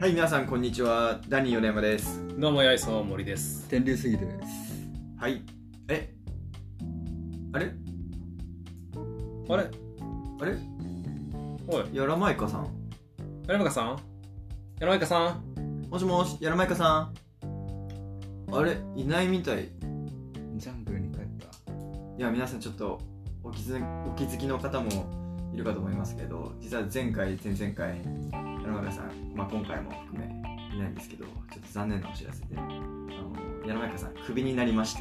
はい、皆さんこんにちは。ダニー米山です。 どうも、やいそう森です。 天竜すぎるです。 はい。あれあれおい、 やらまいかさん。 やらまいかさんやらまいかさんもしもし、やらまいかさん。あれいないみたい。 ジャングルに帰った。 いや、皆さんちょっとお気づきの方もいるかと思いますけど、実は前回、前々回、やらまいかさん、今回も含めいないんですけど、ちょっと残念なお知らせで、やらまいかさん、クビになりまして。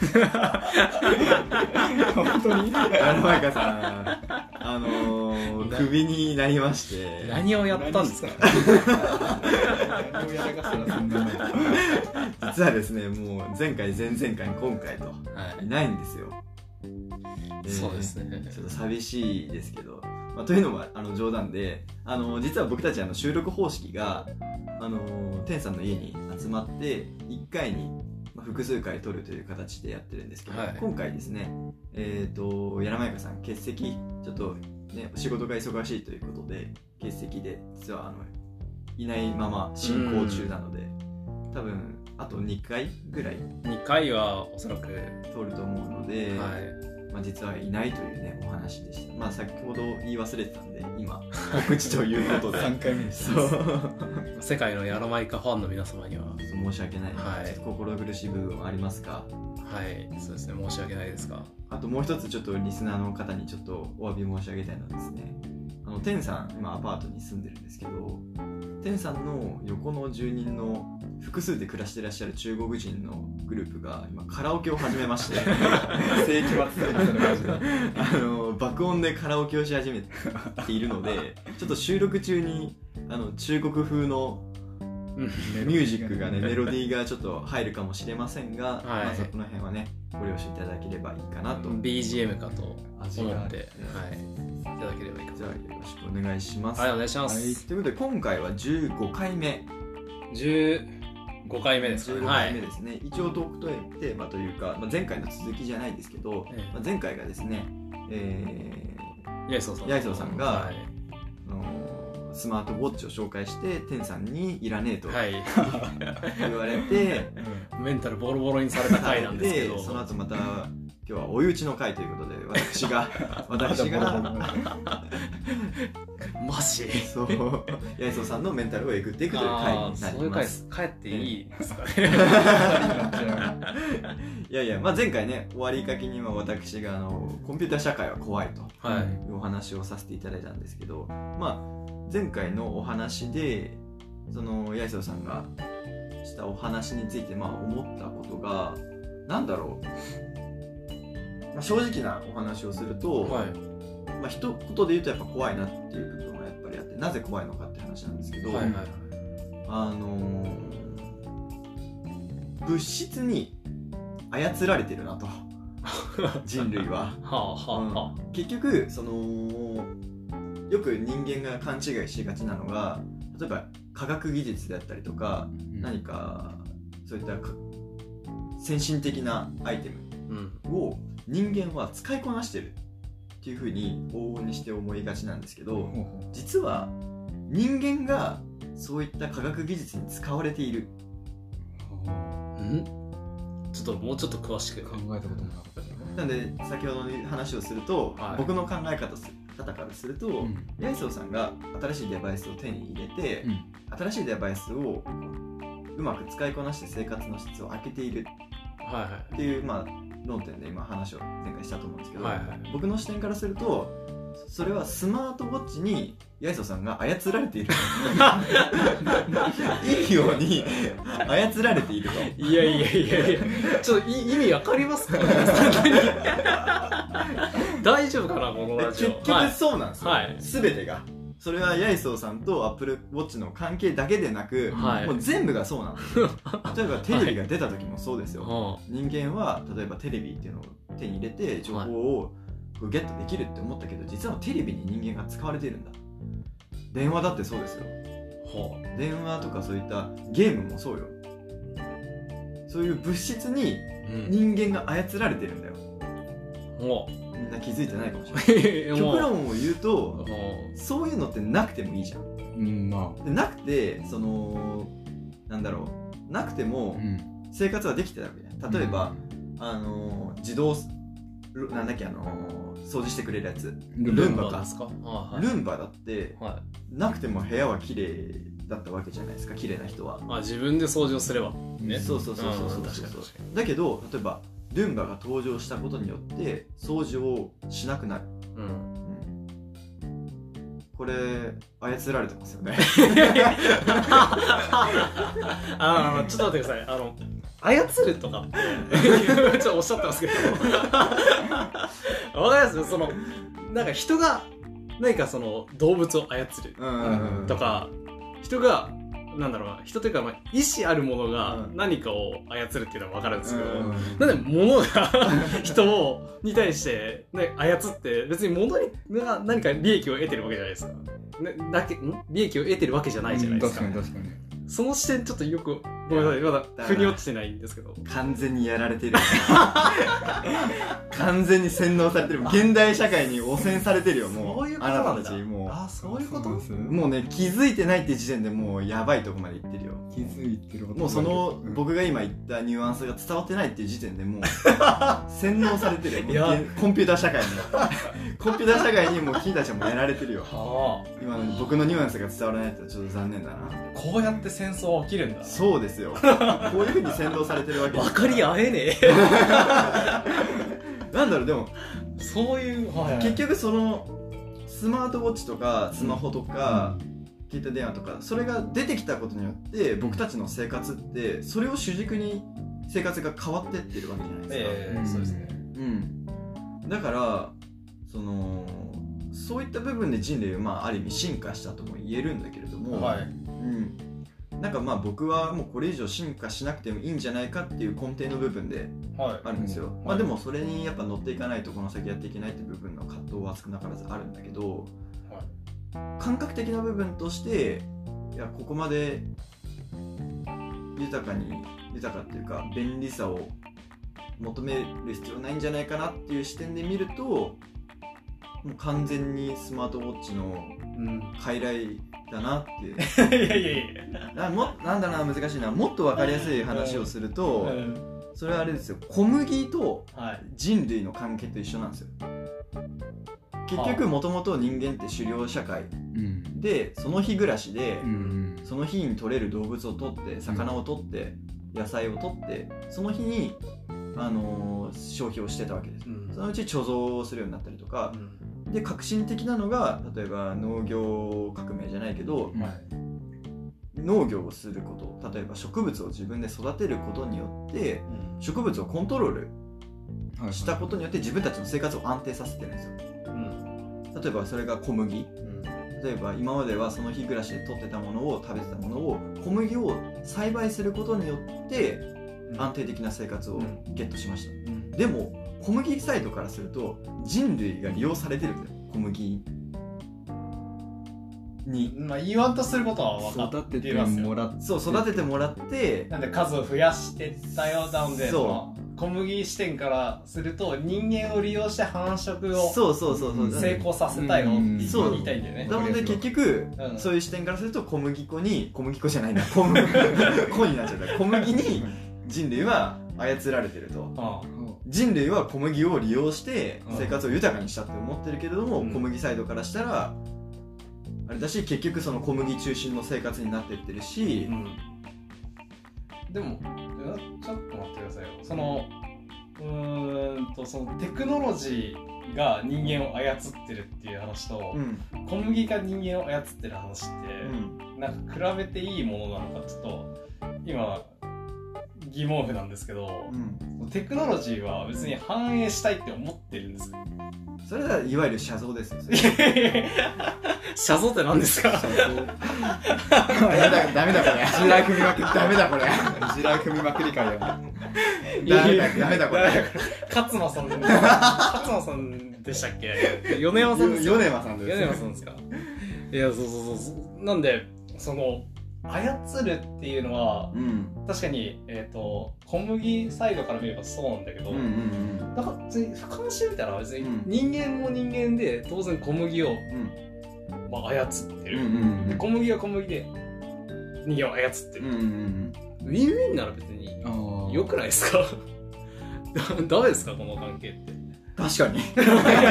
本当にやらまいかさん、クビになりまして。 何をやったんですか？ 何をやらかしたらそんなない。 実はですね、もう前回、前々回、今回といないんですよ。 そうですね。 ちょっと寂しいですけど、というのも冗談で、実は僕たち収録方式が天さんの家に集まって1回に複数回撮るという形でやってるんですけど、今回ですね、やらまいかさん欠席、ちょっとね仕事が忙しいということで欠席で、実はいないまま進行中なので、多分あと2回ぐらい 2回はおそらく撮ると思うので、実はいないというねお話でした。先ほど言い忘れてたんで今告知ということで 3回目です。 世界のやらまいかファンの皆様には申し訳ない、ちょっと心苦しい部分はありますか？ はい、そうですね、申し訳ないですが、 あともう一つちょっとリスナーの方にちょっとお詫び申し上げたいのはですね、天さん今アパートに住んでるんですけど、天さんの横の住人の複数で暮らしていらっしゃる中国人のグループが今カラオケを始めまして世紀末すぎるマジで爆音でカラオケをし始めているので、ちょっと収録中に中国風のミュージックがねメロディーがちょっと入るかもしれませんが、そこの辺はねご了承いただければいいかなと。 BGM かと思っていただければいいかと。 じゃあよろしくお願いします。 はい、お願いします。 ということで今回は15回目 15回目ですね。 15回目ですね、一応トークテーマというか、前回の続きじゃないですけど、前回がですね、 やいそうさんが、スマートウォッチを紹介して天さんにいらねえと言われて、 メンタルボロボロにされた回なんですけど、 その後また今日は追い打ちの回ということで私がマジそう八重洲さんのメンタルをえぐっていくという回になります。 そういう回帰っていいですかね。 いやいや、前回ね終わりかけに私がコンピューター社会は怖いというお話をさせていただいたんですけど、前回のお話でその八重洲さんがしたお話について思ったことがなんだろう、正直なお話をすると、一言で言うとやっぱ怖いなっていう部分はやっぱりあって、なぜ怖いのかって話なんですけど、物質に操られてるなと人類は。結局よく人間が勘違いしがちなのが、例えば科学技術であったりとか、何かそういった先進的なアイテムを人間は使いこなしてるっていう風に往々にして思いがちなんですけど、実は人間がそういった科学技術に使われている。 ちょっともうちょっと詳しく考えたこともなかった。 なんで先ほどの話をすると、僕の考え方からすると、八重洲さんが新しいデバイスを手に入れて、新しいデバイスをうまく使いこなして生活の質を上げているっていう論点で今話を前回したと思うんですけど、僕の視点からするとそれはスマートウォッチに八重洲さんが操られているいいように操られていると。 いやちょっと意味わかりますか？大丈夫かなこのラジオ。 結局そうなんですよ、全てが。それは八重洲さんとアップルウォッチの関係だけでなく、もう全部がそうなんですよ。例えばテレビが出た時もそうですよ、人間は例えばテレビっていうのを手に入れて情報をゲットできるって思ったけど、実はテレビに人間が使われているんだ。電話だってそうですよ、電話とかそういったゲームもそうよ。そういう物質に人間が操られてるんだよ。 みんな気づいてないかもしれない極論を言うとそういうのってなくてもいいじゃん、 うんまあ、 でなくてなんだろうなくても生活はできてたわけじゃん。例えば、自動なんだっけ掃除してくれるやつルンバかですか、はい、 ルンバだって、はい、なくても部屋は綺麗だったわけじゃないですか。綺麗な人は自分で掃除をすれば、ね、 そうそうだけど例えばルンバが登場したことによって掃除をしなくなる、これ操られてますよねちょっと待ってください。操るとかってちょっとおっしゃってますけどわかりますよ。なんか人が何か動物を操るとか、人がなんだろうな、人というか、意志あるものが何かを操るっていうのは分かるんですけど、なんで物が人に対して、ね、操って別に物が何か利益を得てるわけじゃないですか、ね、利益を得てるわかじゃないじゃないですか。 確かにその視点ちょっとよくごめんなさい、まだ腑に落ちてないんですけど。 完全にやられてる完全に洗脳されてる。現代社会に汚染されてるよ。もうそういうことなんだ。 あなたたちもうそういうこと。 もうね、気づいてないって時点でもうやばいとこまで行ってるよ。 気づいてることもうその、僕が今言ったニュアンスが伝わってないっていう時点でもう洗脳されてるよ。コンピューター社会にコンピューター社会にもう君たちはもうやられてるよ。今の僕のニュアンスが伝わらないってちょっと残念だな。 こうやって戦争は起きるんだ。 そうですよ。こういう風に洗脳されてるわけです。 分かり合えねえなんだろう、でもそういう、 結局そのスマートウォッチとかスマホとか、携帯電話とかそれが出てきたことによって僕たちの生活ってそれを主軸に生活が変わってってるわけじゃないですか。 そうですね。 だからそういった部分で人類はある意味進化したとも言えるんだけれども、なんか僕はもうこれ以上進化しなくてもいいんじゃないかっていう根底の部分であるんですよ。でもそれにやっぱ乗っていかないとこの先やっていけないっていう部分の葛藤は少なからずあるんだけど、感覚的な部分としていやここまで豊かっていうか便利さを求める必要ないんじゃないかなっていう視点で見ると、もう完全にスマートウォッチの傀儡だなっていうなんだな、難しいな。もっと分かりやすい話をすると、それはあれですよ、小麦と人類の関係と一緒なんですよ。結局もともと人間って狩猟社会で、その日暮らしで、その日に取れる動物を取って魚を取って野菜を取ってその日に、消費をしてたわけです。そのうち貯蔵をするようになったりとか、で革新的なのが例えば農業革命じゃないけど、農業をすること、例えば植物を自分で育てることによって、植物をコントロールしたことによって自分たちの生活を安定させてるんですよ。例えばそれが小麦、例えば今まではその日暮らしで取ってたものを食べてたものを小麦を栽培することによって安定的な生活をゲットしました。でも小麦サイドからすると人類が利用されてるんですよ、小麦に。 言わんとすることは分かってますよ。 育ててもらってなんで数を増やしてったようなので、小麦視点からすると人間を利用して繁殖を成功させたよって言いたいんだよね。 なので結局、そういう視点からすると小麦粉じゃないな、小麦になっちゃった。小麦に人類は操られてると。人類は小麦を利用して生活を豊かにしたって思ってるけれども、小麦サイドからしたらあれだし、結局その小麦中心の生活になってってるし、でもちょっと待ってくださいよ。そのテクノロジーが人間を操ってるっていう話と、小麦が人間を操ってる話って、なんか比べていいものなのかちょっと今疑問符なんですけど、テクノロジーは別に反映したいって思ってるんですか？ それはいわゆる写像ですよ。 写像って何ですか？ ダメだこれ。地雷組みまくりダメだこれ。地雷組みまくりかよ。ダメだこれ。 勝間さんでしたっけ？米山さんですか？米山さんですか？いやそうなんでその操るっていうのは、うん、確かに、小麦サイドから見ればそうなんだけど、うんうんうん、なんか別に俯瞰してみたら別に人間も人間で当然小麦を、うんまあ、操ってる、うんうんうん、で小麦は小麦で人間を操ってる、うんうんうん、ウィンウィンなら別に良くないですかダメですかこの関係って。 確かに揺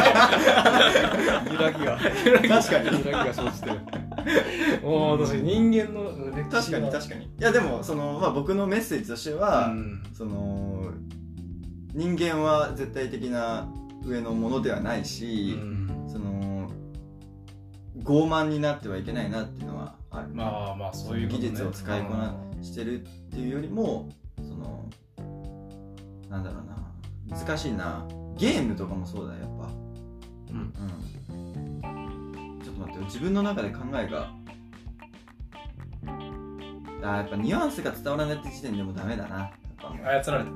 らぎが生じてる確かに人間の歴史確かにいやでもまあ、僕のメッセージとしては、うん、人間は絶対的な上のものではないし、うん、傲慢になってはいけないなっていうのはある。 まあそういうことね、 技術を使いこなしてるっていうよりもなんだろうな、難しいな。ゲームとかもそうだよやっぱ、うんうん、ちょっと待って、自分の中で考えがやっぱニュアンスが伝わらないって時点でもうダメだな。やっぱ操られてる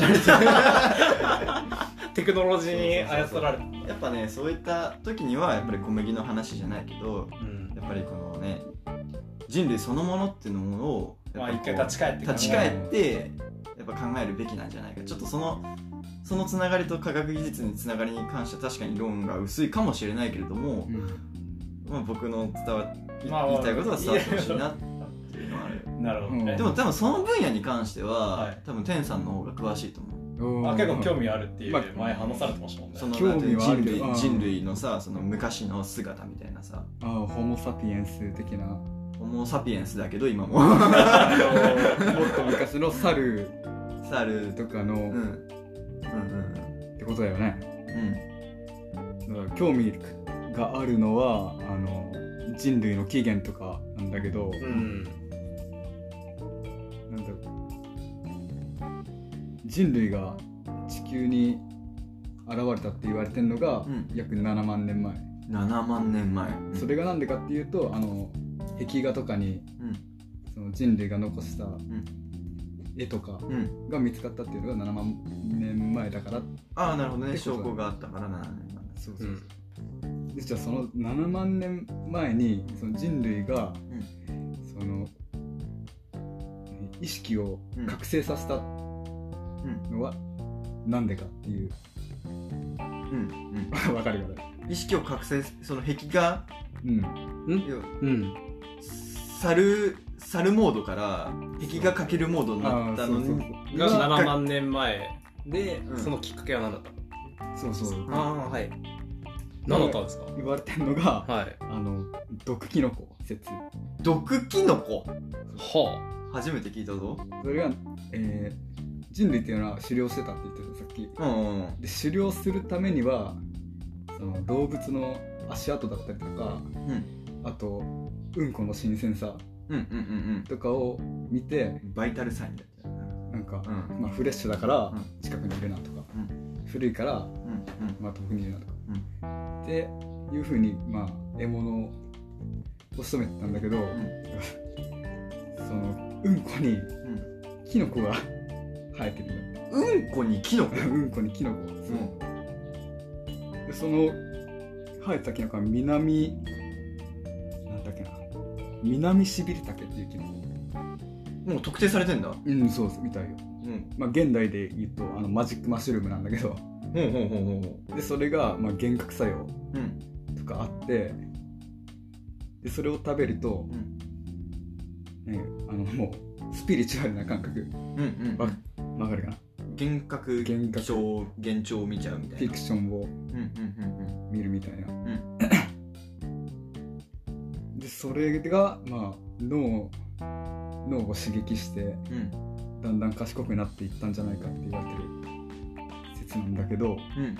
テクノロジーに操られてる。 やっぱね、そういった時にはやっぱり小麦の話じゃないけど、うん、やっぱりこのね人類そのものっていうのをやっぱ一回立ち返ってやっぱ考えるべきなんじゃないか。ちょっとそのつながりと科学技術のつながりに関しては確かに論が薄いかもしれないけれども、うんまあ、僕の言いたいことは伝わってほしいなっていうのはある。 なるほどね。 でも多分その分野に関しては、はい、多分天さんの方が詳しいと思う。 結構興味あるっていう前話されてましたもんね。 興味はあるけど人類のさ、昔の姿みたいなさ、 ホモサピエンス的な。 ホモサピエンスだけど今ももっと昔のサルとかの、ってことだよね。だから興味があるのは人類の起源とかなんだけど、なんだろう、人類が地球に現れたって言われてるのが、約7万年前。 7万年前。 それがなんでかっていうと壁画とかに、その人類が残した絵とかが見つかったっていうのが7万年前だから。 なるほどね。証拠があったから7年前。 そうそうそう。でじゃあその7万年前にその人類が、その意識を覚醒させたのはなんでかっていう。わかるよね。 意識を覚醒、その壁画、サルモードから壁画かけるモードになったのが7万年前で、そのきっかけは何だった？ そうはい。何だったんですか？ 言われてるのが、毒キノコ説。 毒キノコ？ はあ。初めて聞いたぞ。 それが、人類っていうのは狩猟してたって言ってたさっき。で狩猟するためにはその動物の足跡だったりとか、あとうんこの新鮮さとかを見て、 バイタルサインだったなんか、まあ、フレッシュだから近くにいるなとか、古いから、まあ、遠くにいるなとか、っていう風にまあ獲物を仕留めてたんだけど、そのうんこにキノコが生えてるんだ。 うんこにキノコうんこにキノコ。でその生えたキノコは南シビリタケっていうキノコ。 もう特定されてんだ。 そうですみたいよ。まあ現代で言うとマジックマッシュルームなんだけど。でそれがまあ幻覚作用とかあって、でそれを食べると、もうスピリチュアルな感覚。わかるかな。 幻聴を見ちゃうみたいな。 フィクションを見るみたいな。でそれがまあ脳を刺激して、だんだん賢くなっていったんじゃないかって言われてる説なんだけど、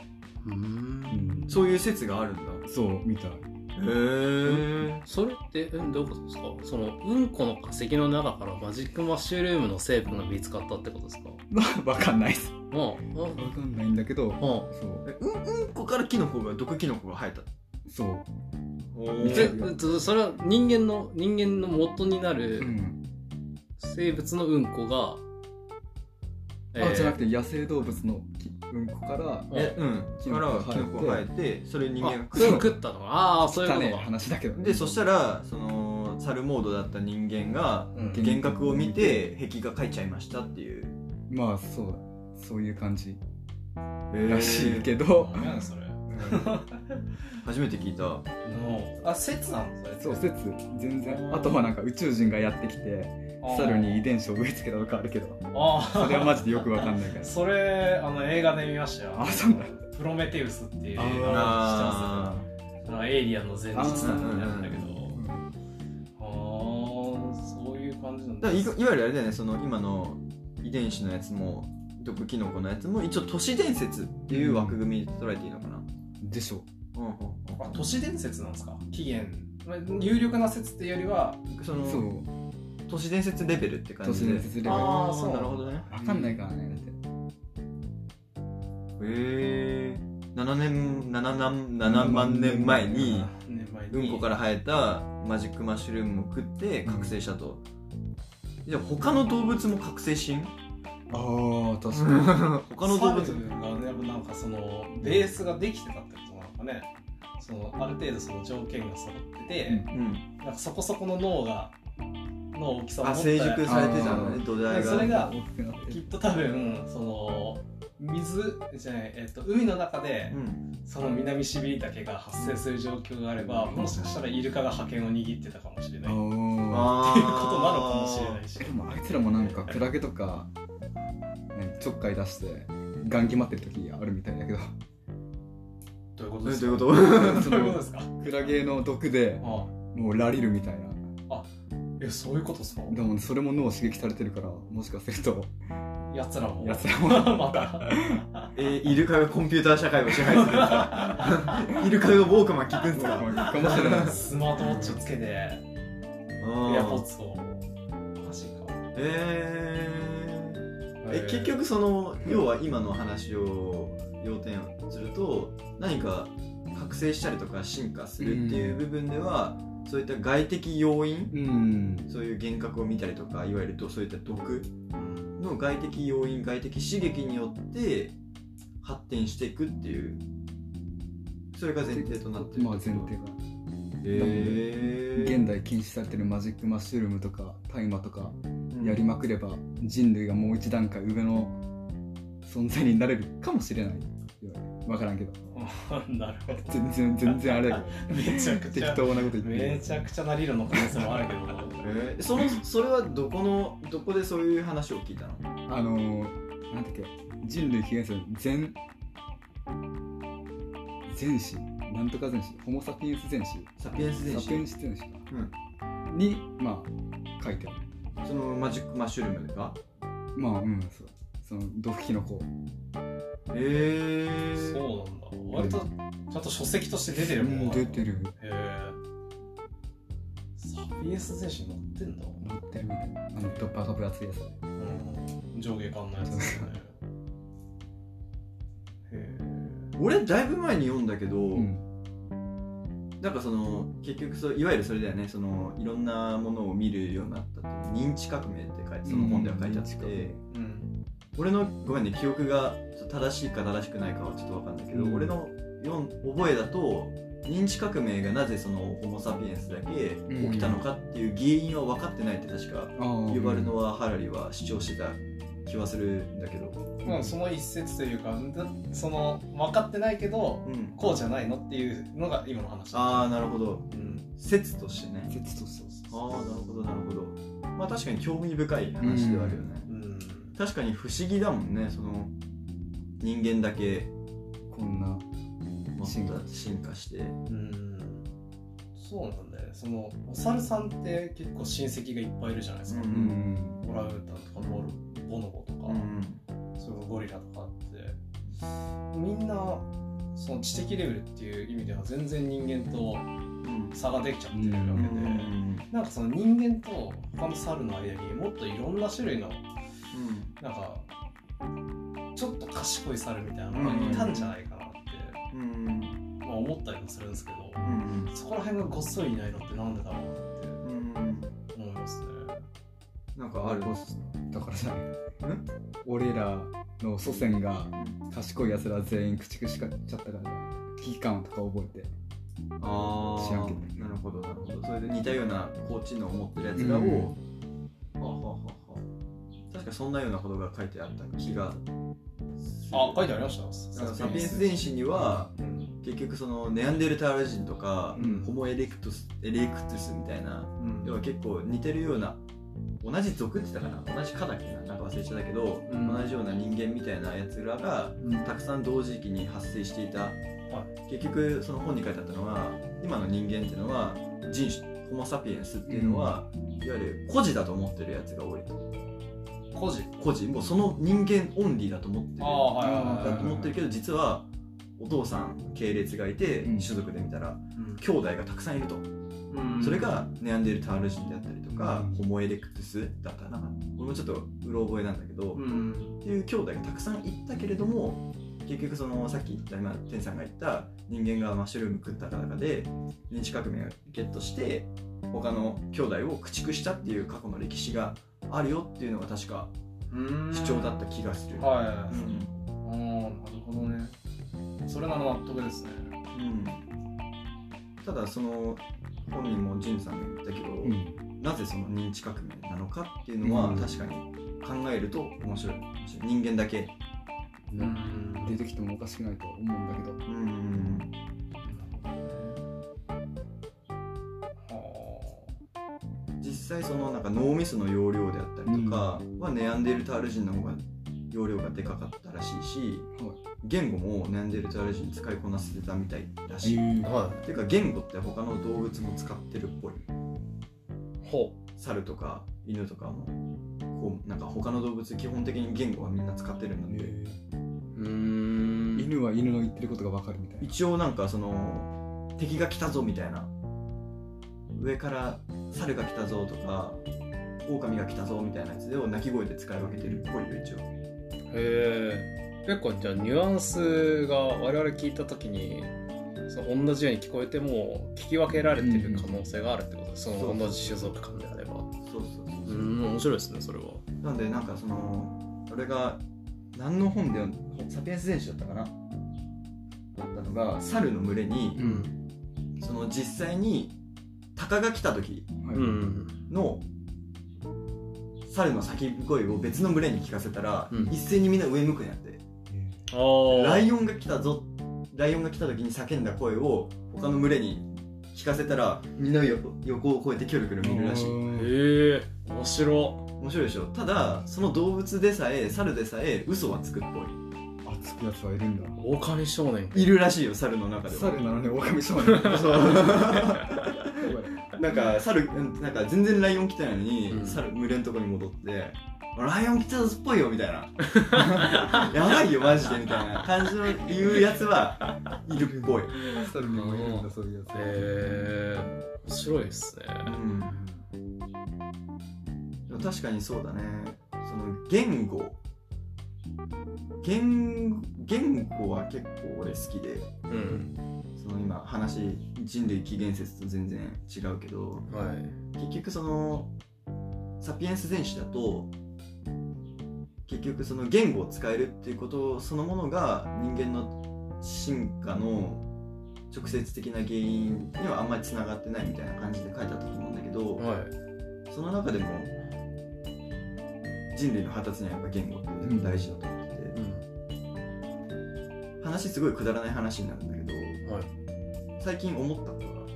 そういう説があるんだ。 そうみたい。 それってどういうことですか？そのうんこの化石の中からマジックマッシュルームの成分が見つかったってことですか？ わかんないです。 わかんないんだけど、 うんこからキノコが毒キノコが生えた。 そう。 それは人間の元になる生物のうんこが、 じゃなくて野生動物のうんこからキノコが生えて、それ人間が食ったの。そういうことか。 話だけどね。 でそしたらそ猿モードだった人間が幻覚を見て壁が描いちゃいましたっていう。 まあそういう感じらしいけど、 何それ初めて聞いた。 説なのそれ。 そう説全然。あとはなんか宇宙人がやってきて猿に遺伝子を植え付けたとかあるけど、それはマジでよくわかんないから。 それ映画で見ましたよ。 そうなんだ。 プロメテウスっていう映画を知ってます。エイリアンの前日なんだけど、そういう感じなんだ。 いわゆるあれだよね、その今の遺伝子のやつも毒キノコのやつも一応都市伝説っていう枠組みで捉えていいのかな、 でしょう。 都市伝説なんですか。起源有力な説っていうよりはその都市伝説レベルって感じで。 都市伝説レベル。 そうなるほどね。 分かんないからね。だって 7万年前にうんこから生えたマジックマッシュルームを食って覚醒したと。じゃあ他の動物も覚醒しん？ 確かに。 他の動物がね、なんかそのベースができてたってことなのかね。そのある程度その条件が揃ってて、なんかそこそこの脳大きさを持った成熟されてたのね、土台が。 それがきっと多分その海の中で、その南シビリ岳が発生する状況があれば、もしかしたらイルカが覇権を握ってたかもしれないっていうことなのかもしれないし。 でもあいつらもなんかクラゲとか、ちょっかい出してガン決まってる時あるみたいだけど。 どういうことですか？ どういうことですか？ クラゲの毒でもうラリるみたいな。 そういうことですか？ でもそれも脳刺激されてるから、もしかするとやつらもまたイルカがコンピューター社会を支配するんですか？イルカがウォークマン聞くんですか？ かもしれない。 スマートウォッチをつけてエアポッツをマジか。 結局その要は今の話を要点すると、何か覚醒したりとか進化するっていう部分では、そういった外的要因、そういう幻覚を見たりとか、いわゆるそういった毒の外的要因、外的刺激によって発展していくっていう、それが前提となってる。 前提が現代禁止されてるマジックマッシュルームとか大麻とかやりまくれば、人類がもう一段階上の存在になれるかもしれない。分からんけど。 なるほど。 全然あれだけど、 めちゃくちゃ適当なこと言ってめちゃくちゃな理論の可能性もあるけどそれはどこでそういう話を聞いたの？ なんだっけ、人類起源する前史なんとか前史、ホモ・サピエンス前史、 サピエンス前史か、に書いてある。 そのマジックマッシュルームがそう、その毒キノコ。 そうなんだ。割とちゃんと書籍として出てるもん。 出てる。 サピエンス全史載ってんだ。 載ってるみたいな。バカ分厚いやつ。 上下巻のやつですよね。 俺だいぶ前に読んだけど、なんかその結局いわゆるそれだよね、そのいろんなものを見るようになったって認知革命って書いて、その本では書いてあって、俺のごめんね、記憶が正しいか正しくないかはちょっと分かんないけど、俺の覚えだと認知革命がなぜそのホモ・サピエンスだけ起きたのかっていう原因は分かってないって確かユバルノア・ハラリは主張してた気はするんだけど、 その一説というか、その分かってないけど、こうじゃないのっていうのが今の話。 なるほど、説としてね。 説として。 なるほどなるほど。確かに興味深い話ではあるよね。確かに不思議だもんね、その人間だけこんな進化して。 そうなんだよね。そのお猿さんって結構親戚がいっぱいいるじゃないですか。オランウータンとかボノボとか、それこそゴリラとかあって、みんなその知的レベルっていう意味では全然人間と差ができちゃってるわけで、なんかその人間と他の猿の間にもっといろんな種類のなんかちょっと賢い猿みたいなのがいたんじゃないかなって思ったりもするんですけど、そこら辺がごっそりいないのってなんでだろうって思いますね。 なんかあるだからさ、俺らの祖先が賢いやつら全員駆逐しちゃったから危機感とか覚えて知らんけど。 なるほどなるほど。それで似たような高知能を持ってるやつらを、確かそんなようなことが書いてあった気が。 書いてありました。 サピエンス全史には、結局そのネアンデルタール人とか、ホモエレクトゥスみたいな、要は結構似てるような、同じ族って言ったかな、同じ科だっけな、なんか忘れちゃったけど、同じような人間みたいなやつらが、たくさん同時期に発生していた。結局その本に書いてあったのは、今の人間っていうのは人種ホモ・サピエンスっていうのは、いわゆる孤児だと思ってるやつが多いと。孤児もうその人間オンリーだと思ってるけど、実はお父さん系列がいて、種族で見たら、兄弟がたくさんいると、それがネアンデルタール人であったりとか、ホモ・エレクトゥスだったな、これもちょっとうろ覚えなんだけど、っていう兄弟がたくさんいたけれども、結局そのさっき言った今天さんが言った人間がマッシュルーム食った中で認知革命をゲットして他の兄弟を駆逐したっていう過去の歴史があるよっていうのが確か主張だった気がする。 なるほどね。それなら納得ですね。 ただその本人もジンさんが言ったけど、なぜその認知革命なのかっていうのは確かに考えると面白い。人間だけ出てきてもおかしくないと思うんだけど。 実際そのなんか脳みその容量であったりとかはネアンデルタール人の方が容量がでかかったらしいし、言語もネアンデルタール人使いこなせてたみたいらしい。っていうか言語って他の動物も使ってるっぽい。猿とか犬とかもこうなんか他の動物基本的に言語はみんな使ってるんだって。 犬は犬の言ってることが分かるみたいな。 一応なんかその敵が来たぞみたいな、上から猿が来たぞとか狼が来たぞみたいなやつを鳴き声で使い分けてるっぽいよ一応。 結構じゃあニュアンスが我々聞いた時にその同じように聞こえても聞き分けられてる可能性があるってことです。その同じ種族間であれば。面白いですねそれは。 なんでなんかその俺が何の本でサピエンス全史だったかなだったのが、猿の群れに、その実際に鷹が来た時の猿の叫び声を別の群れに聞かせたら、一斉にみんな上向くんやって。ライオンが来たぞ、ライオンが来た時に叫んだ声を他の群れに聞かせたらみんな横を越えてキョロキョロ見るらしい。 面白いでしょ。ただその動物でさえ猿でさえ嘘はつくっぽい。 つくやつはいるんだ。 狼少年いるらしいよ、猿の中では。 猿なのに狼少年なんか猿なんか全然ライオン来てないのに、猿群れのとこに戻ってライオン来たぞっぽいよみたいなやばいよマジでみたいな感じの言うやつはいるっぽい。 猿にもいるんだそういうやつ。面白いですね。 でも確かにそうだね。その言語は結構俺好きで、その今話人類起源説と全然違うけど、結局そのサピエンス全史だと結局その言語を使えるっていうことそのものが人間の進化の直接的な原因にはあんまりつながってないみたいな感じで書いてあったと思うんだけど、その中でも人類の発達にはやっぱ言語って大事だと思ってて、話すごいくだらない話になるんだけど、最近思ったことがあって、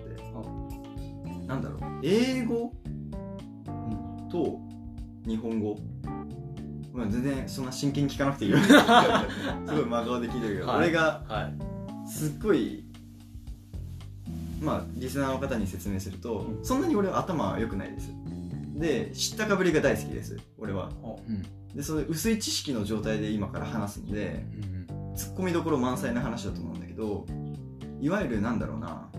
なんだろう、英語と日本語、全然そんな真剣に聞かなくていいよすごい真顔で聞いてるけど、俺がすっごいリスナーの方に説明すると、そんなに俺は頭良くないです。で、知ったかぶりが大好きです俺は。で、その薄い知識の状態で今から話すので、ツッコミどころ満載な話だと思うんだけど、いわゆるなんだろうな、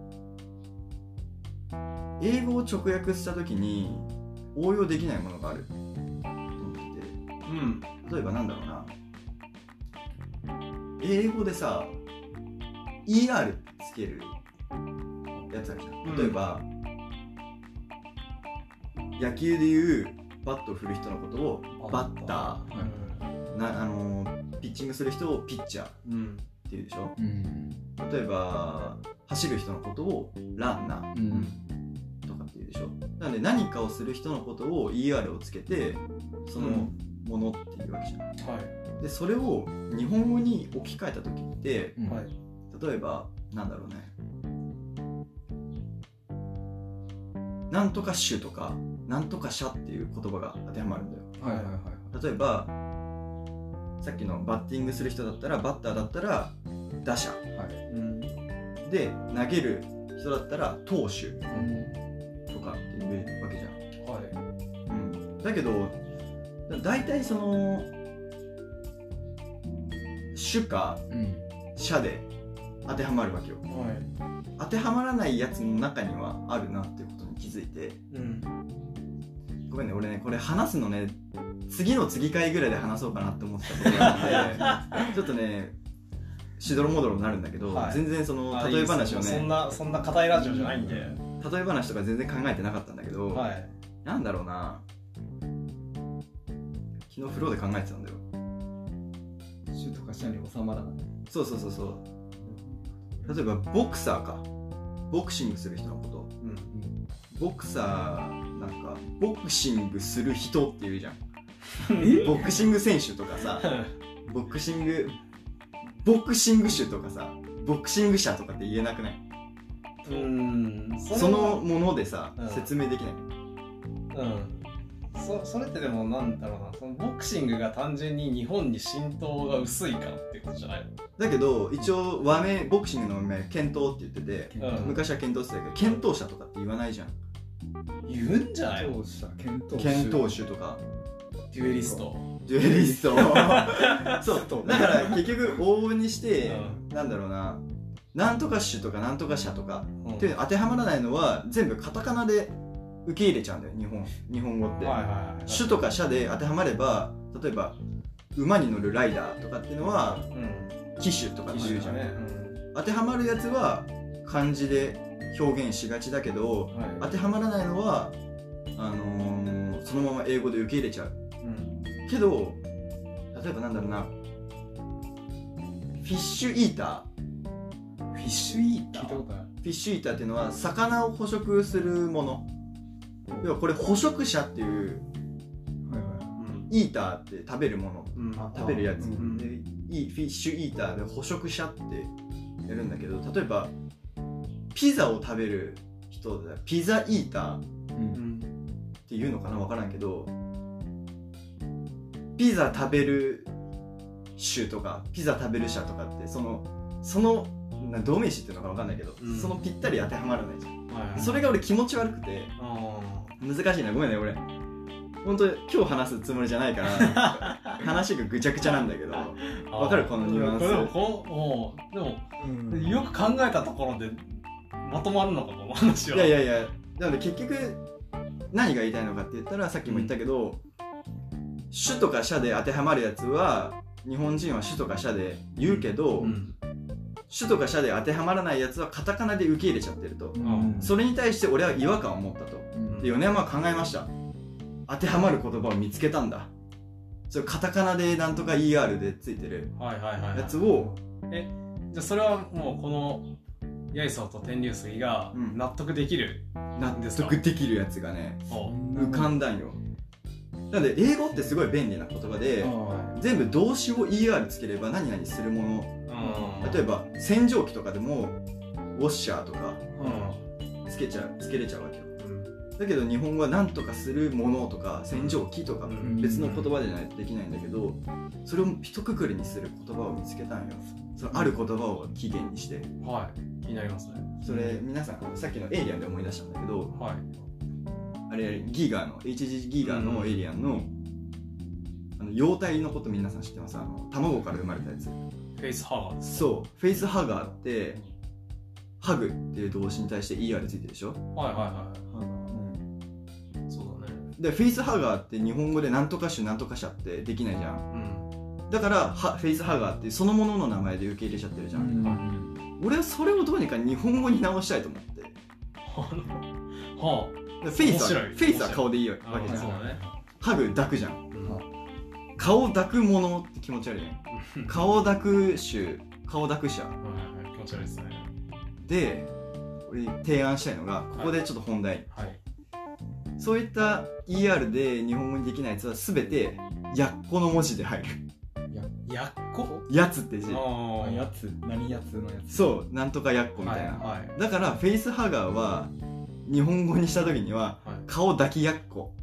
英語を直訳した時に応用できないものがあると思ってて、例えばなんだろうな、英語でさ ER つけるやつあるじゃん。例えば、野球でいうバットを振る人のことをバッター、ピッチングする人をピッチャーっていうでしょ。例えば走る人のことをランナーとかって言うでしょ。なので何かをする人のことを ER をつけてそのものっていうわけじゃん、はい、でそれを日本語に置き換えた時って、はい、例えばなんだろうね、なんとか種とかなんとか社っていう言葉が当てはまるんだよ、はいはいはい、例えばさっきのバッティングする人だったらバッターだったら打者、はい、で投げる人だったら投手、とかっていうわけじゃん、はいだけど大体その種か社で当てはまるわけよ、はい、当てはまらないやつの中にはあるなっていうことに気づいて、ごめんね俺ねこれ話すのね次の次回ぐらいで話そうかなって思ってたことがあってちょっとねしどろもどろになるんだけど、はい、全然その例え話をねそんな硬いラジオじゃないんで例え話とか全然考えてなかったんだけど、はい、なんだろうな昨日風呂で考えてたんだよ。 種とか社に収まらない。 そう例えばボクサーかボクシングする人のこと、ボクサーなんかボクシングする人って言うじゃんボクシング選手とかさボクシング種とかさボクシング社とかって言えなくない？そのものでさ、説明できない。 それってでもなんだろうな、そのボクシングが単純に日本に浸透が薄いからっていうことじゃないの？ だけど一応和名ボクシングの名剣闘って言ってて、昔は剣闘って言ってたけど剣闘者とかって言わないじゃん。 言うんじゃないの？ 剣闘手とかデュエリストそうだから結局往々にして、なんだろうな、なんとか種とかなんとか社とか、っていう当てはまらないのは全部カタカナで受け入れちゃうんだよ日本語って、種とか社で当てはまれば、例えば馬に乗るライダーとかっていうのは、騎手とかって言うじゃん、当てはまるやつは漢字で表現しがちだけど、当てはまらないのはそのまま英語で受け入れちゃう、けど例えばなんだろうな、フィッシュイーター聞いたことない。フィッシュイーターっていうのは魚を捕食するもの、要はこれ捕食者っていう、イーターって食べるもの、食べるやつ、でフィッシュイーターで捕食者ってやるんだけど、例えばピザを食べる人だピザイーターっていうのかな、分からんけど、ピザ食べる種とかピザ食べる者とかってその同名詞っていうのか分かんないけど、そのぴったり当てはまらないじゃん、それが俺気持ち悪くて難しいな。ごめんね俺本当今日話すつもりじゃないから話がぐちゃぐちゃなんだけど、分かるこのニュアンス。 でも、よく考えたところでまとまるのかこの話は。 いやなので結局何が言いたいのかって言ったら、さっきも言ったけど、種とか社で当てはまるやつは日本人は種とか社で言うけど、種とか社で当てはまらないやつはカタカナで受け入れちゃってると、それに対して俺は違和感を持ったと、で米山は考えました。当てはまる言葉を見つけたんだ。それカタカナでなんとか ER でついてるやつを、 じゃあそれはもうこのヤイソーと天竜杉が納得できる、 納得できるやつがね浮かんだんよ。なので英語ってすごい便利な言葉で、全部動詞を ER つければ何々するもの、例えば洗浄機とかでもウォッシャーとかつけれちゃうわけよ、だけど日本語は何とかするものとか洗浄機とか別の言葉でないとできないんだけど、それを一括りにする言葉を見つけたんよ。そのある言葉を起源にして、 気になりますね。 それ皆さんさっきのエイリアンで思い出したんだけど、あれギガーの HG ギガーのエイリアンの幼体のこと皆さん知ってます？卵から生まれたやつ、 フェイスハガー。 そう、フェイスハガーってハグっていう動詞に対して ER ついてるでしょ。 そうだね。 でフェイスハガーって日本語でなんとか種なんとか社ってできないじゃん、だからフェイスハガーってそのものの名前で受け入れちゃってるじゃん、俺はそれをどうにか日本語に直したいと思って、フェイスは顔でいいわけじゃん、ハグ抱くじゃん、顔抱くものって気持ち悪いね顔抱く種、顔抱く者、 気持ち悪いですね。 で俺提案したいのがここでちょっと本題、はい、そういった ER で日本語にできないやつは全てやっこの文字で入る。 やっこ？ やつって字。 やつ、何やつのやつ。 そう、なんとかやっこみたいな、はいはい、だからフェイスハガーは日本語にした時には、はい、顔抱きやっこ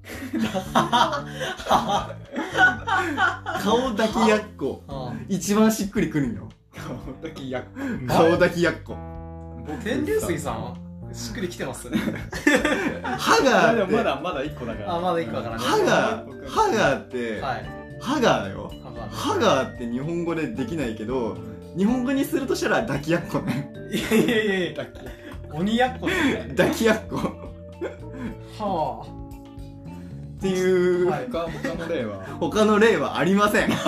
顔抱きやっこ一番しっくりくるんよ。 顔抱きやっこ、 顔抱きやっこ。 天竜水さんしっくりきてますね。 ハガーってまだ1個だから。 まだ1個だからね。 ハガーって、はい、ハガーよ。ハガーって日本語でできないけど、日本語にするとしたら抱きやっこね。 いや鬼やっこって抱きやっこはあっていう、 はい、 他の例はありません。だ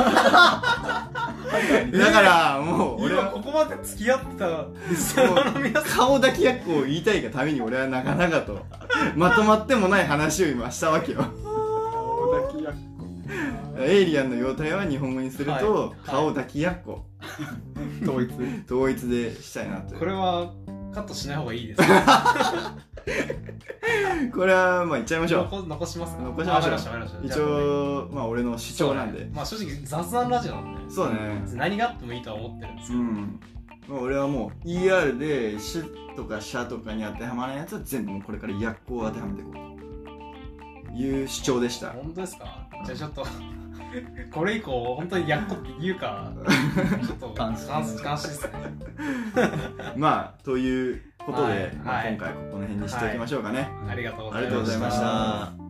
からもう俺はここまで付き合ってたリスナーの皆さん、 顔抱きやっこを言いたいがために俺はなかなかとまとまってもない話を今したわけよ。 顔抱きやっこ、 エイリアンの容態は日本語にすると、はい、顔抱きやっこ統一でしたいなと。 これはカットしない方がいいですか？ これはまあ言っちゃいましょう。 残しますか？ 残しましょう。一応まあ俺の主張なんで、 まあ正直雑談ラジオなんで、 そうね、 何があってもいいとは思ってるんですけど、 俺はもう ER でシュとかシャとかに当てはまらないやつは全部もうこれからヤッコを当てはめていこうという主張でした。 本当ですか？じゃあちょっとこれ以降本当にヤッコって言うかちょっと監視ですね。 まあということで、今回ここの辺にしておきましょうかね。 ありがとうございました。